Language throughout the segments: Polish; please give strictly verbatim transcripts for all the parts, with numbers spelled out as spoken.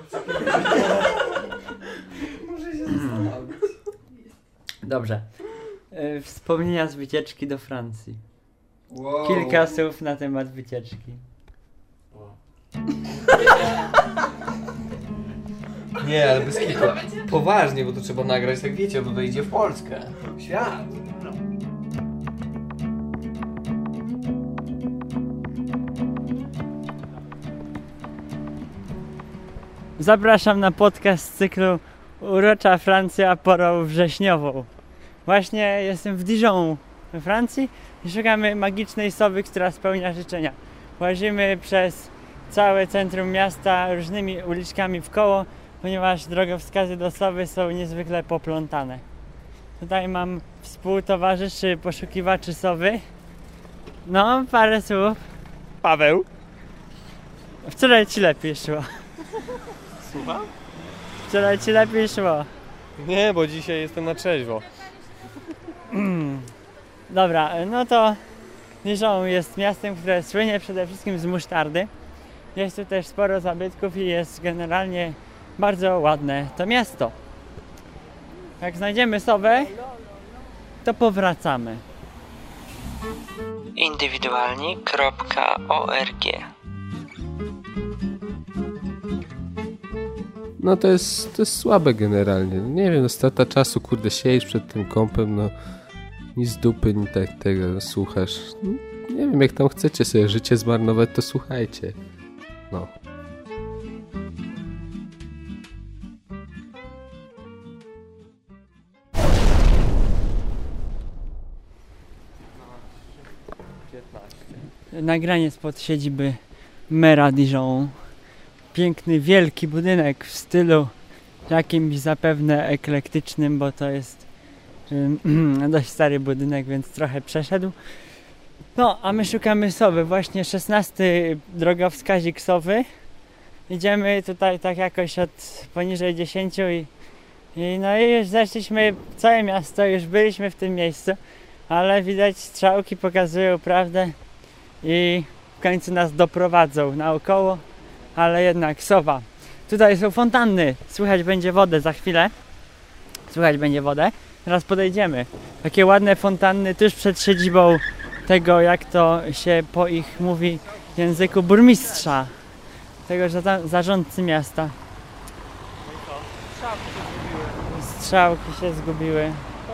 Muszę się zastanowić. Dobrze. E, wspomnienia z wycieczki do Francji. Wow. Kilka słów na temat wycieczki. Nie, ale bez kitu. Poważnie, bo to trzeba nagrać, tak wiecie, bo to idzie w Polskę. W świat. Zapraszam na podcast z cyklu Urocza Francja porą wrześniową. Właśnie jestem w Dijon we Francji i szukamy magicznej sowy, która spełnia życzenia. Łazimy przez całe centrum miasta różnymi uliczkami w koło, ponieważ drogowskazy do sowy są niezwykle poplątane. Tutaj mam współtowarzyszy poszukiwaczy sowy. No, parę słów. Paweł. Wczoraj ci lepiej szło. Słucham? Wczoraj ci lepiej szło. Nie, bo dzisiaj jestem na trzeźwo. Dobra, no to Dijon jest miastem, które słynie przede wszystkim z musztardy. Jest tu też sporo zabytków i jest generalnie bardzo ładne to miasto. Jak znajdziemy sowę, to powracamy. indywidualni kropka org. No to jest, to jest słabe generalnie. Nie wiem, no strata czasu, kurde, siedzisz przed tym kompem, no ni z dupy, ni tak tego słuchasz. No, nie wiem, jak tam chcecie sobie życie zmarnować, to słuchajcie. No. Nagranie spod siedziby mera Dijon. Piękny, wielki budynek w stylu jakimś zapewne eklektycznym, bo to jest um, dość stary budynek, więc trochę przeszedł. No, a my szukamy sowy. Właśnie szesnasty drogowskazik sowy. Idziemy tutaj tak jakoś od poniżej dziesięciu i, i no i już zeszliśmy całe miasto, już byliśmy w tym miejscu, ale widać strzałki pokazują prawdę i w końcu nas doprowadzą naokoło, ale jednak sowa. Tutaj są fontanny, słychać będzie wodę za chwilę. Słychać będzie wodę. Teraz podejdziemy. Takie ładne fontanny tuż przed siedzibą tego, jak to się po ich mówi, języku burmistrza, tego zarządcy miasta. Strzałki się zgubiły.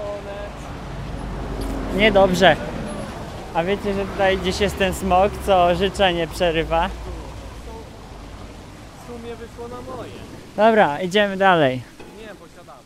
Niedobrze. A wiecie, że tutaj gdzieś jest ten smok, co życzenie przerywa? W sumie wyszło na moje. Dobra, idziemy dalej. Nie, posiadamy.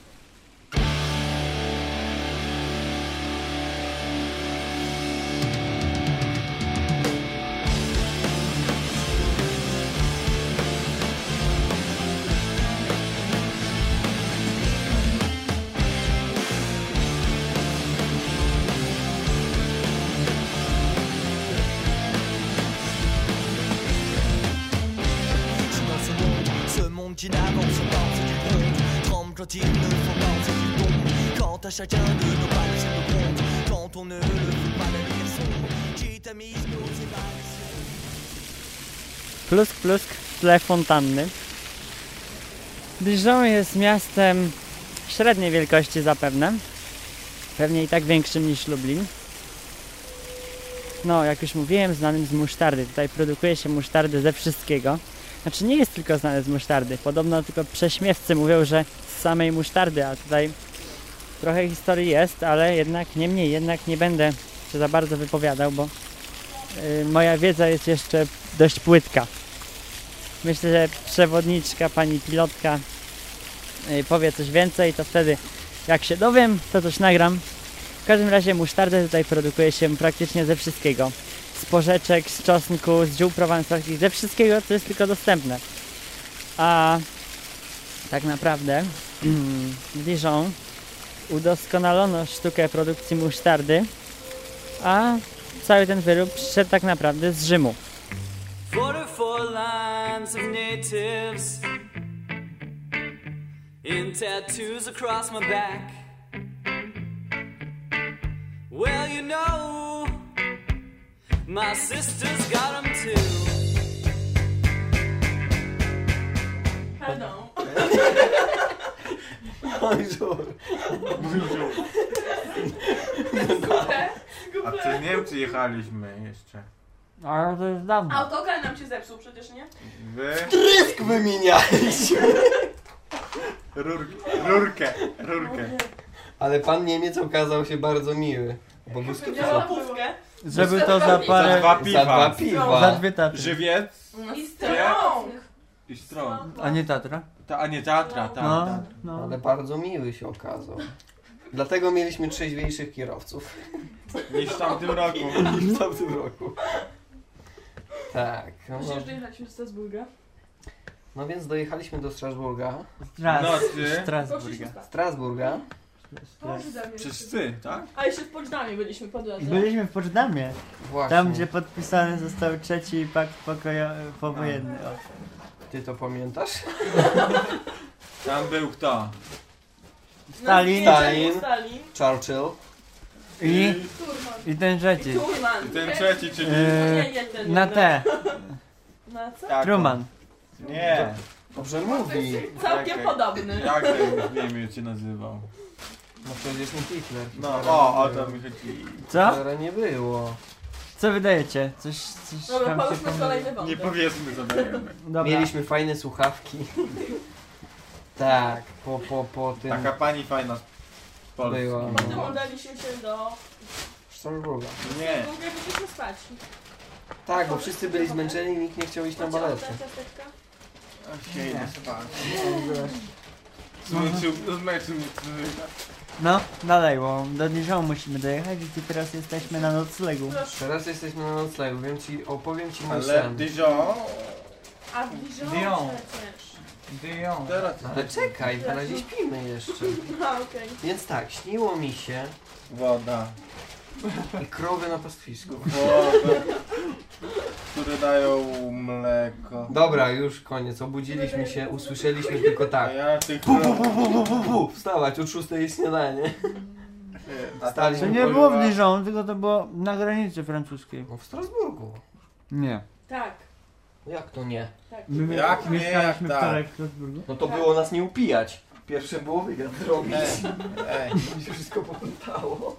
Qui n'avance pas, c'est du gronde. Tremble quand il ne faut pas, c'est du tombe. Quand à chacun de nos pas, c'est le compte. Quand on ne le veut pas, la lumière sombre qui tamise nos évaluations. Plusk, plusk w tle fontanny. Dijon jest miastem średniej wielkości zapewne. Pewnie i tak większym niż Lublin. No, jak już mówiłem, znanym z musztardy. Tutaj produkuje się musztardy ze wszystkiego. Znaczy nie jest tylko znane z musztardy. Podobno tylko prześmiewcy mówią, że z samej musztardy, a tutaj trochę historii jest, ale jednak niemniej, jednak nie będę się za bardzo wypowiadał, bo yy, moja wiedza jest jeszcze dość płytka. Myślę, że przewodniczka, pani pilotka yy, powie coś więcej, to wtedy jak się dowiem, to coś nagram. W każdym razie musztardę tutaj produkuje się praktycznie ze wszystkiego. Z porzeczek, z czosnku, z ziół prowansalskich, ze wszystkiego, co jest tylko dostępne. A tak naprawdę w Dijon udoskonalono sztukę produkcji musztardy, a cały ten wyrób przyszedł tak naprawdę z Rzymu. forty-four lines of natives in tattoos across my back. Well, you know, my sister's got them too. Pardon. Bonjour. A przez Niemcy jechaliśmy jeszcze. Ale to jest dawno. Autokar nam się zepsuł przecież, nie? Wy? Trysk wymienialiśmy. Rur, rurkę, rurkę. Ale pan Niemiec okazał się bardzo miły. Bo był Wziął łapówkę. Żeby to za parę... Za dwa Za piwa. dwa Za piwa. dwie tatry. Żywiec I strąg. i stron. A nie Tatra? Ta, a nie Tatra, ta. No, ta. no. Ale bardzo miły się okazał. Dlatego mieliśmy trzeźwiejszych kierowców Niż w tamtym roku. niż w tamtym roku. Tak. No, Właśnie już dojechaliśmy do Strasburga. no więc dojechaliśmy do Strasburga. Stras... Nocy. Strasburga. Strasburga. Wszyscy, tak? A jeszcze w Poczdamie byliśmy po drodze. Byliśmy w Poczdamie. Właśnie. Tam, gdzie podpisany został trzeci pakt pokojo- powojenny. O. Ty to pamiętasz? Tam był kto? Stalin. Stalin. Stalin. Churchill. I, Turman. i ten trzeci. Turman. I ten trzeci, czyli... E, Nie, nie, ten. na T. Na co? Jak Truman. on? Nie. Dobrze mówi. Całkiem Okej. podobny. Jak ten Niemiec się nazywał? No przecież nie Hitler. No, Hitlera o, nie o było. to mi chodzi. Co? Hitlera nie było. Co wydajecie? Coś, coś Dobra, wam się połóżmy pomyliło? kolejny Nie wątek. powiedzmy co dajemy. Dobra. Mieliśmy fajne słuchawki. Tak, po, po, po tym Taka pani fajna z Polski. była. Potem No. udaliśmy się do... Strasburga. Nie. Długo poszliśmy spać. Tak, bo wszyscy byli zmęczeni i nikt nie chciał iść na Macie baletkę. ochotę ciasteczka? Okej, idę spać. Zmęczył, zmęczył mnie człowieka. No, dalej, bo do Dijon musimy dojechać i tu teraz jesteśmy na noclegu. Proszę. Teraz jesteśmy na noclegu, wiem ci, opowiem ci mój Ale sen. Dijon... A w Dijon Dijon. przecież. Dijon. Teraz... Ale czekaj, na razie śpimy jeszcze. A, okej. Więc tak, śniło mi się Woda. i krowy na pastwisku. Woda. Które dają mleko. Dobra, już koniec, obudziliśmy się, usłyszeliśmy tylko A tak. ja tych Pu, pu, pu, pu, pu, pu, pu. Wstawać, od szóstej jest śniadanie. To Staliśmy nie było w Dijon, tylko to było na granicy francuskiej. No w Strasburgu. Nie. Tak, Jak to nie? tak. My Jak nie, mieszkaliśmy jak wczoraj tak. w Strasburgu. No to było nas nie upijać. Pierwsze było wywiad zrobić. Ej, ej. Mi się wszystko poplątało.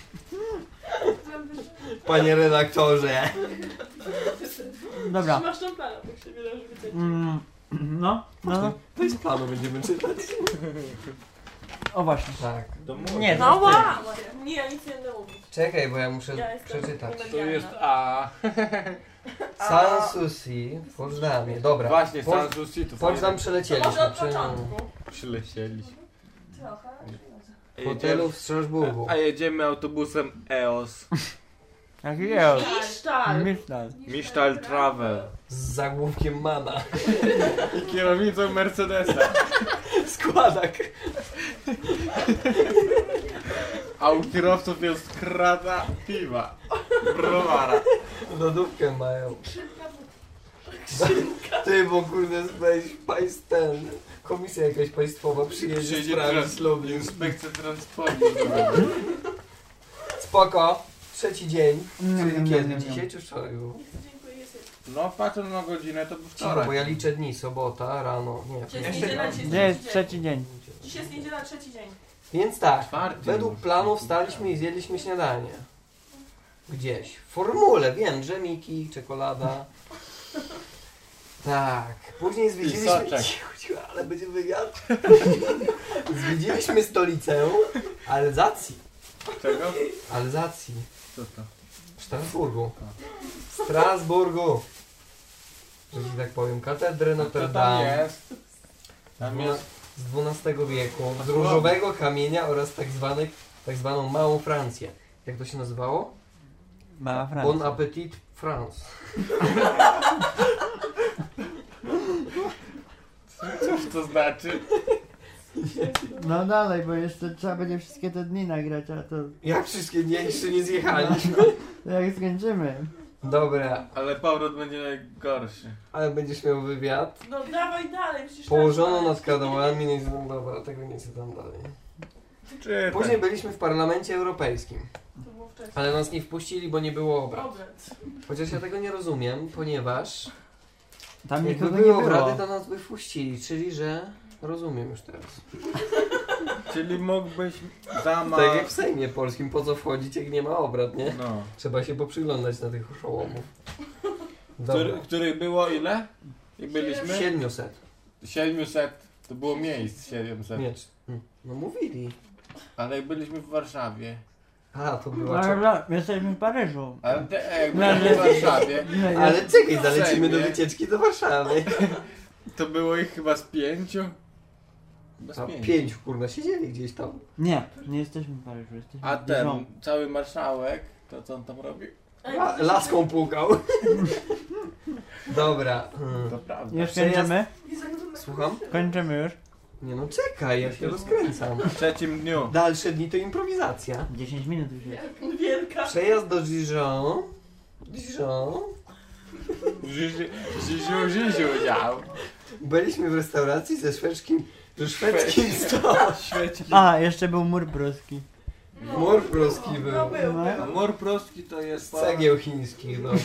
Panie redaktorze. Dobra. Masz tą planę, tak się wiele, żeby coś. Mm, no, no. To jest planu, będziemy czytać. O właśnie. Tak. To mój. Nie, No to jest wow! Nie, ja nic nie będę mówić. Czekaj, bo ja muszę Ja jestem przeczytać. To jest A. Sanssouci w Poczdamie. Dobra. Właśnie, Po- Sanssouci to Poczdam To przelecieliśmy. może od Czy... początku. przylecieliśmy. Trochę. W hotelu w Strasburgu. A jedziemy autobusem E O S. Jak jest. Misztal. Myślę. Mishtal Travel. Z zagłówkiem Mana. I kierownicą Mercedesa. Składak. A u kierowców jest krata piwa. Browara. Lodówkę mają. Ty, bo kurde, weź państw ten. Komisja jakaś państwowa przyjedzie Przyjedzie sprawdzić lobby. Inspekcja transportu drogowego. Spoko. Trzeci dzień. Nie, Czyli nie, kiedy? nie, nie. Dzisiaj czy wczoraj było? Dziękuję, jest jest. No patrząc na godzinę to był Cicho, wczoraj. bo ja liczę dni. Sobota, rano. Nie. Dzisiaj piątek. jest niedziela, dzisiaj Gdzie jest trzeci trzeci dzień? dzień. Dzisiaj jest niedziela, trzeci dzień. Więc tak. Czwarty Według już. planu wstaliśmy i zjedliśmy śniadanie. Gdzieś. W formule, wiem, dżemiki, czekolada. Tak. Później zwiedziliśmy... soczek. Cicho, cicho, ale będzie wywiad. Zwiedziliśmy stolicę Alzacji. Czego? Alzacji. Co to? W Strasburgu. W Strasburgu. Że ci tak powiem. Katedrę Co Notre tam Dame. jest? Tam Dwuna- jest... Z dwunastego wieku. Z różowego kamienia oraz tak, zwanych, tak zwaną Małą Francję. Jak to się nazywało? Mała Bon Francja. appetit France. Cóż to znaczy? No dalej, bo jeszcze trzeba będzie wszystkie te dni nagrać, a to Jak wszystkie dni jeszcze nie zjechaliśmy. to jak skończymy. Dobra, Ale powrót będzie najgorszy. ale będziesz miał wywiad. No dawaj dalej, przecież Położono tak nad kanałami, nie znam, dobra, tego nie czytam dalej. Czytaj. Później byliśmy w Parlamencie Europejskim, To było wcześniej. ale nas nie wpuścili, bo nie było obrad. Obrad. Chociaż ja tego nie rozumiem, ponieważ Tam Jakby nikogo nie było było. rady, to nas by wpuścili, czyli że... Rozumiem już teraz. Czyli mógłbyś zama... Tak jak w Sejmie Polskim, po co wchodzić, jak nie ma obrad, nie? No. Trzeba się poprzyglądać na tych oszołomów. Dobra. Który, których było ile? Jak byliśmy? siedemset. siedemset. To było miejsc siedemset. Nie, c- no mówili. Ale jak byliśmy w Warszawie. A, to była... Ale cze- dla- jesteśmy w Paryżu. Ale te, jak No, byliśmy w ale- Warszawie, Nie, Ale czekaj, zalecimy do Sejmie. wycieczki do Warszawy. to było ich chyba z pięciu. Chyba z A pięciu. pięć, kurna, siedzieli gdzieś tam. nie, nie jesteśmy w Paryżu, jesteśmy A w Dijon. ten cały marszałek, to co on tam robił? A, laską pukał. Dobra. Hmm. To prawda. Już Przejazd- kończymy? Słucham? Kończymy już. Nie no, czekaj, ja się rozkręcam. W trzecim dniu. Dalsze dni to improwizacja. dziesięć minut już jest. Wielka. Przejazd do Dijon. Dijon. Żyziu, Żyziu, Żyziu dział. Byliśmy w restauracji ze szwedzkim, ze szwedzkim stołem. Świeci. A, jeszcze był mur pruski. Mur pruski był. No był, No. był. A mur proski to jest... Z cegieł chińskich, dobra.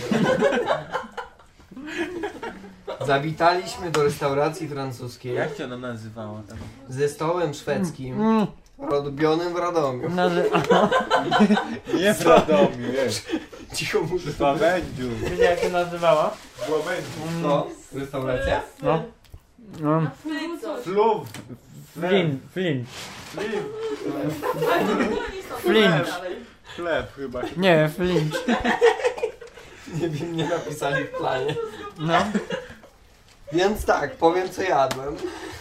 Zawitaliśmy do restauracji francuskiej Jak się ona nazywała tam? ze stołem szwedzkim, Mm, robionym w Radomiu. nazy- Nie w Radomiu, wiesz. Cicho muszę W Łabędziu. Wiesz jak się nazywała? W Łabędziu. No, restauracja? No. No. Flyco. Flów. Flin, flin. Flip. Flinch. Chleb chyba. Nie, flinch. Nie wiem, nie napisali w planie. No. Więc tak, powiem co jadłem.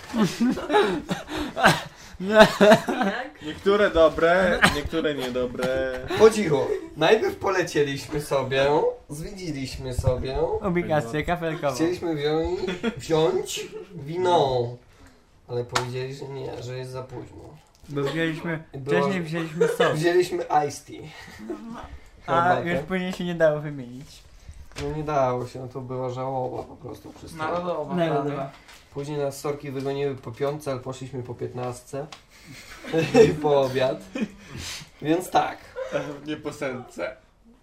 Jak? Niektóre dobre, niektóre niedobre. Po cichu. Najpierw polecieliśmy sobie, zwiedziliśmy sobie. Ubikację kafelkową. Chcieliśmy wziąć, wziąć wino. Ale powiedzieli, że nie, że jest za późno. Bo wzięliśmy, Było- wcześniej wzięliśmy sos. Wzięliśmy iced tea. A Herbatę. już później się nie dało wymienić. No nie dało się, no to była żałoba po prostu przez to. Narodowa. Narodowa. Później nas sorki wygoniły po piątce, ale poszliśmy po piętnastce. Po obiad. Więc tak. Nie po serce.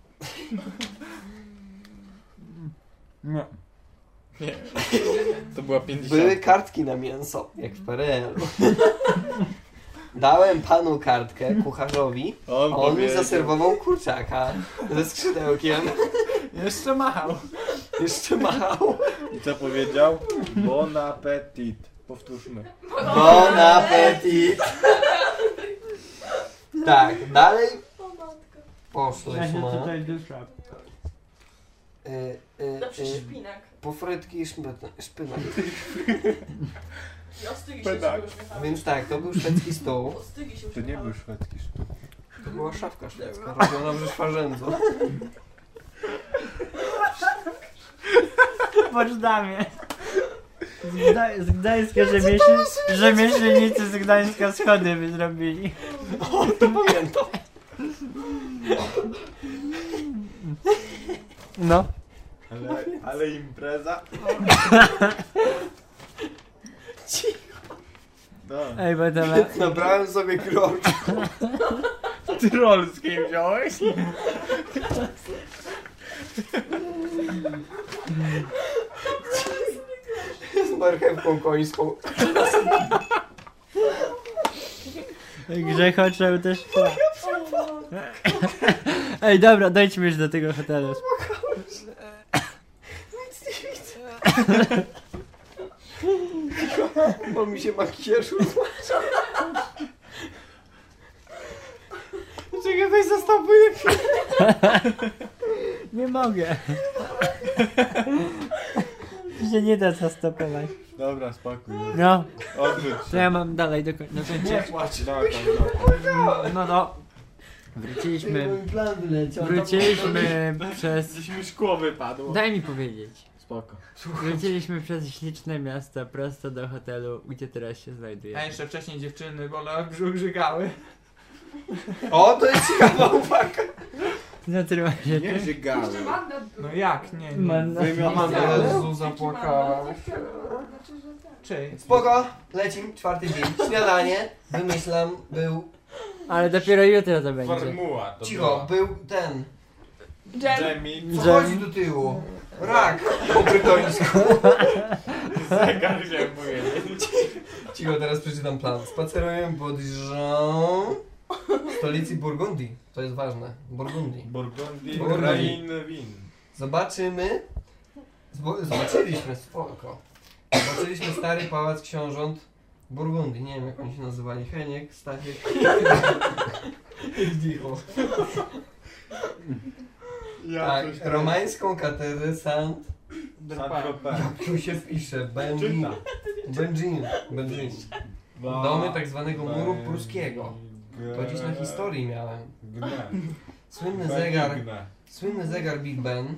Nie. Nie. To była pięćdziesiąt. Były kartki na mięso, jak w P R L u. Dałem panu kartkę, kucharzowi, On, a on mi powiedział. zaserwował kurczaka ze skrzydełkiem. Jeszcze machał. Jeszcze machał. I co powiedział? Bon appetit. Powtórzmy. Bon appetit. Tak, dalej O matko. Ja się poszliśmy. tutaj dusza. Y, y, Zawsze y, szpinak. po frytki i szpy- szpynak. I ostygi się Pedak. uśmiechały. Więc tak, to był szwedzki stół. Ostygi się To nie uśmiechały. był szwedzki sztuk. To była szafka szwedzka, robiona w szwarzędzu. W Poczdamie. Z, Gda- z Gdańska rzemieśl... rzemieślnicy z Gdańska schody by zrobili. O, to pamiętam. No. Ale, ale impreza. No. Ej, bo to ma... Nabrałem sobie kroczku. Tyrolskiej wziąłeś? Z marchewką końską. Grzechoczę też. Ej, dobra, dojdźmy już do tego hotelu. Bo mi się makijaż rozmaczał. Czekaj, weź zastopuj na chwilę. Nie mogę. Się nie da zastopować. Dobra, spokój. No, Odwróć to się. ja mam dalej do końca. Nie płacz. No, no, No, no. Wróciliśmy. Mój plan wyleciał. Wróciliśmy przez... Gdzieś mi szkło wypadło. Daj mi powiedzieć. Spoko. Wróciliśmy przez śliczne miasto prosto do hotelu, gdzie teraz się znajdujemy. A jeszcze wcześniej dziewczyny, bo na brzuch żygały. O, to jest ciekawa uwaga. Zatrzymaj się Nie tu. żygały. No jak? Nie, nie. Manna. Wymiotane. Jezu, zapłakałem. Czy? Spoko, lecim, czwarty dzień. Śniadanie, wymyślam, był... Ale dopiero jutro to będzie. Formuła to Cicho, była. był ten... Dżem. Dżemik. Co chodzi do tyłu? Rak po brytońsku. Zegar chciałem powiedzieć. Cicho, teraz przeczytam plan. Spacerujemy po Dijon, stolicy Burgundii. To jest ważne. Burgundii. Burgundii, Burgundii. krainy win. Zobaczymy. Zbo zobaczyliśmy, spoko. Zobaczyliśmy stary pałac książąt Burgundii. Nie wiem jak oni się nazywali. Heniek, Stasiek. Cicho. Ja Tak, coś- romańską katedrę Sant. Saint-Tropez. Jak tu się pisze? Benjin. Czyta. Benjin. Benjin. Domy tak zwanego muru pruskiego. To gdzieś na historii miałem. Gne. Słynny zegar, Benigne. słynny zegar Big Ben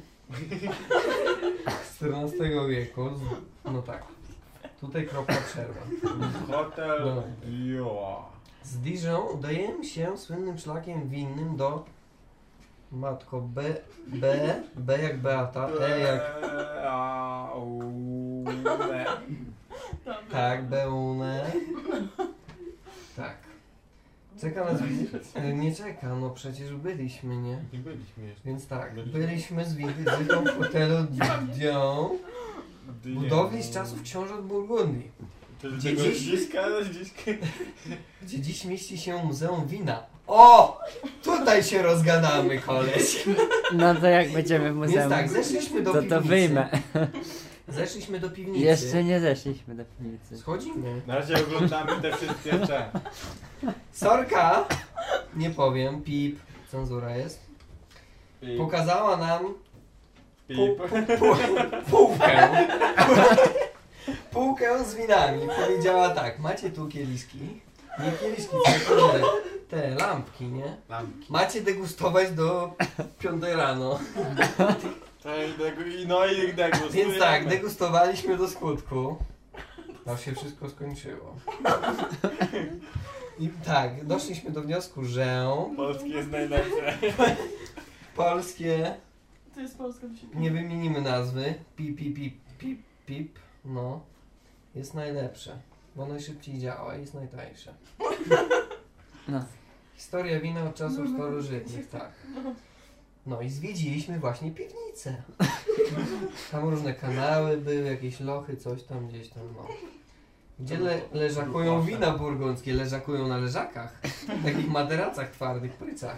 z czternastego wieku. Z- No tak. Tutaj kropka przerwa. Hotel No. Dior. Z Dijon udajemy się słynnym szlakiem winnym do matko B, B, B jak Beata, E jak A, u, ne. tak, Beune. Tak. Czeka nas wizyta. Nie czeka, no przecież byliśmy, nie? Nie byliśmy jeszcze. Więc tak, byliśmy z wizytą w hotelu Dion, budowli z czasów książąt Burgundii, To Gdzie tego dziś- ściska, ściska. gdzie dziś mieści się Muzeum Wina. O! Tutaj się rozgadamy, koleś. No to jak będziemy w Więc muzeum, tak, zeszliśmy do to piwnicy. to wyjmę. Zeszliśmy do piwnicy. Jeszcze nie zeszliśmy do piwnicy. Schodzimy. Na razie oglądamy te wszystkie cze. Sorka, nie powiem, pip, cenzura jest, pokazała nam Pip. pół, półkę. Półkę z winami. Powiedziała tak, macie tu kieliszki. Nie kieliszki, tylko te, te lampki, nie? Lampki. Macie degustować do piątej rano. To i degu- i no i degustujemy. Więc tak, degustowaliśmy do skutku. Aż się wszystko skończyło. I tak, doszliśmy do wniosku, że Polskie jest najlepsze. polskie, To jest Polska do siebie. nie wymienimy nazwy, pip, pip, pip, pip, pip, no, jest najlepsze, bo najszybciej działa i jest najtańsze. No. Historia wina od czasów starożytnych, tak. No i zwiedziliśmy właśnie piwnicę. Tam różne kanały były, jakieś lochy, coś tam gdzieś tam, no. Gdzie le leżakują wina burgundzkie, leżakują na leżakach, takich materacach twardych, prycach.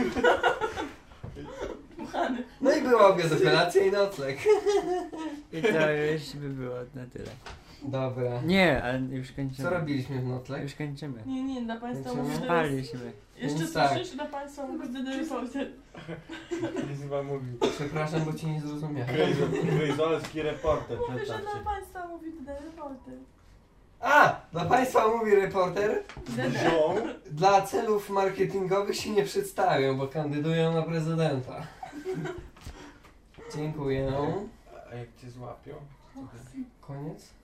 Puchany. No i była obiad, kolacja i nocleg. I to już by było na tyle. Dobra. Nie, ale już kończymy. Co robiliśmy w nocleg? Już kończymy. Nie, nie, dla Państwa Kończymy? mówię teraz... Spaliśmy. Jeszcze Więc tak. słyszysz? Dla Państwa mówię The Reporter. Nic chyba mówił. Przepraszam, bo cię nie zrozumiałem. Gryzolski reporter, Mówię, że przedstawcie. dla Państwa mówi The Reporter. A! Dla Państwa mówi reporter. Dede. Zią. Dla celów marketingowych się nie przedstawią, bo kandydują na prezydenta. Dziękuję. A jak cię złapią? Koniec?